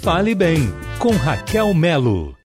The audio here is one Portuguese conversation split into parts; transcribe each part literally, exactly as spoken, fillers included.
Fale Bem, com Raquel Melo.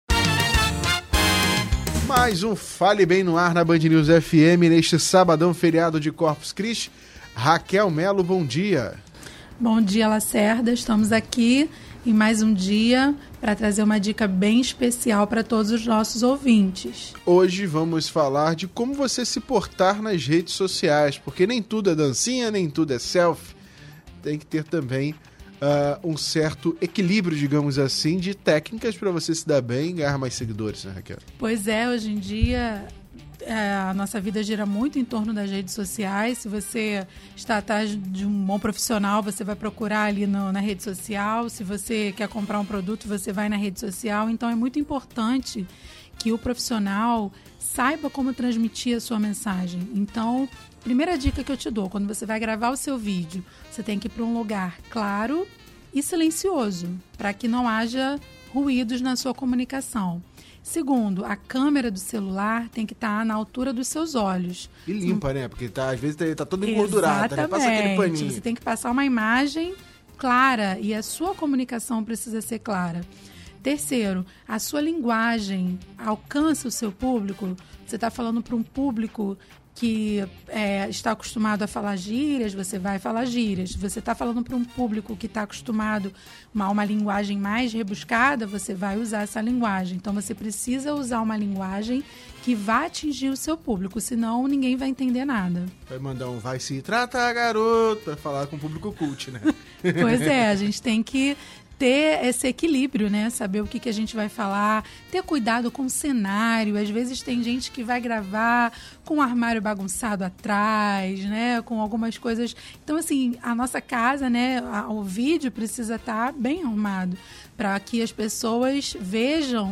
Mais um Fale Bem no ar na Band News F M, neste sabadão feriado de Corpus Christi. Raquel Melo, bom dia. Bom dia, Lacerda. Estamos aqui em mais um dia para trazer uma dica bem especial para todos os nossos ouvintes. Hoje vamos falar de como você se portar nas redes sociais, porque nem tudo é dancinha, nem tudo é selfie. Tem que ter também uh, um certo equilíbrio, digamos assim, de técnicas para você se dar bem e ganhar mais seguidores, né, Raquel? Pois é, hoje em dia é, a nossa vida gira muito em torno das redes sociais. Se você está atrás de um bom profissional, você vai procurar ali no, na rede social. Se você quer comprar um produto, você vai na rede social. Então é muito importante que o profissional saiba como transmitir a sua mensagem. Então, primeira dica que eu te dou, quando você vai gravar o seu vídeo, você tem que ir para um lugar claro e silencioso, para que não haja ruídos na sua comunicação. Segundo, a câmera do celular tem que estar na altura dos seus olhos. E limpa, né? Porque tá, às vezes está todo engordurado, né? Passa aquele paninho. Você tem que passar uma imagem clara e a sua comunicação precisa ser clara. Terceiro, a sua linguagem alcança o seu público. Você está falando para um público que é, está acostumado a falar gírias, você vai falar gírias. Você está falando para um público que está acostumado a uma linguagem mais rebuscada, você vai usar essa linguagem. Então, você precisa usar uma linguagem que vá atingir o seu público, senão ninguém vai entender nada. Vai mandar um vai se tratar, garoto, para falar com o público cult, né? Pois é, a gente tem que ter esse equilíbrio, né? Saber o que, que a gente vai falar, ter cuidado com o cenário. Às vezes tem gente que vai gravar com o armário bagunçado atrás, né? Com algumas coisas. Então, assim, a nossa casa, né? O vídeo precisa estar bem arrumado para que as pessoas vejam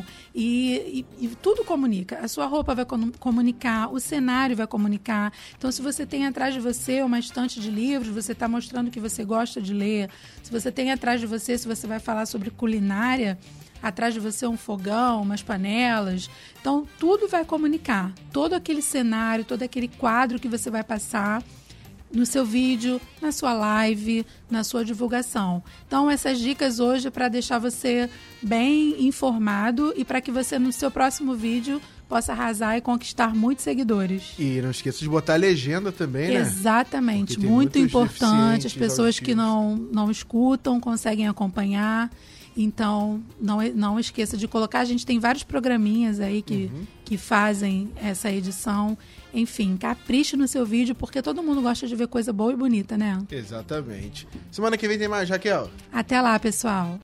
e, e, e tudo comunica. A sua roupa vai comunicar, o cenário vai comunicar. Então, se você tem atrás de você uma estante de livros, você está mostrando que você gosta de ler. Se você tem atrás de você, se você vai falar sobre culinária, atrás de você um fogão, umas panelas. Então, tudo vai comunicar. Todo aquele cenário, todo aquele quadro que você vai passar no seu vídeo, na sua live, na sua divulgação. Então, essas dicas hoje para deixar você bem informado e para que você, no seu próximo vídeo, possa arrasar e conquistar muitos seguidores. E não esqueça de botar a legenda também, né? Exatamente, muito importante. As pessoas que não, não escutam conseguem acompanhar. Então, não, não esqueça de colocar. A gente tem vários programinhas aí que, uhum. que fazem essa edição. Enfim, capriche no seu vídeo, porque todo mundo gosta de ver coisa boa e bonita, né? Exatamente. Semana que vem tem mais, Raquel. Até lá, pessoal.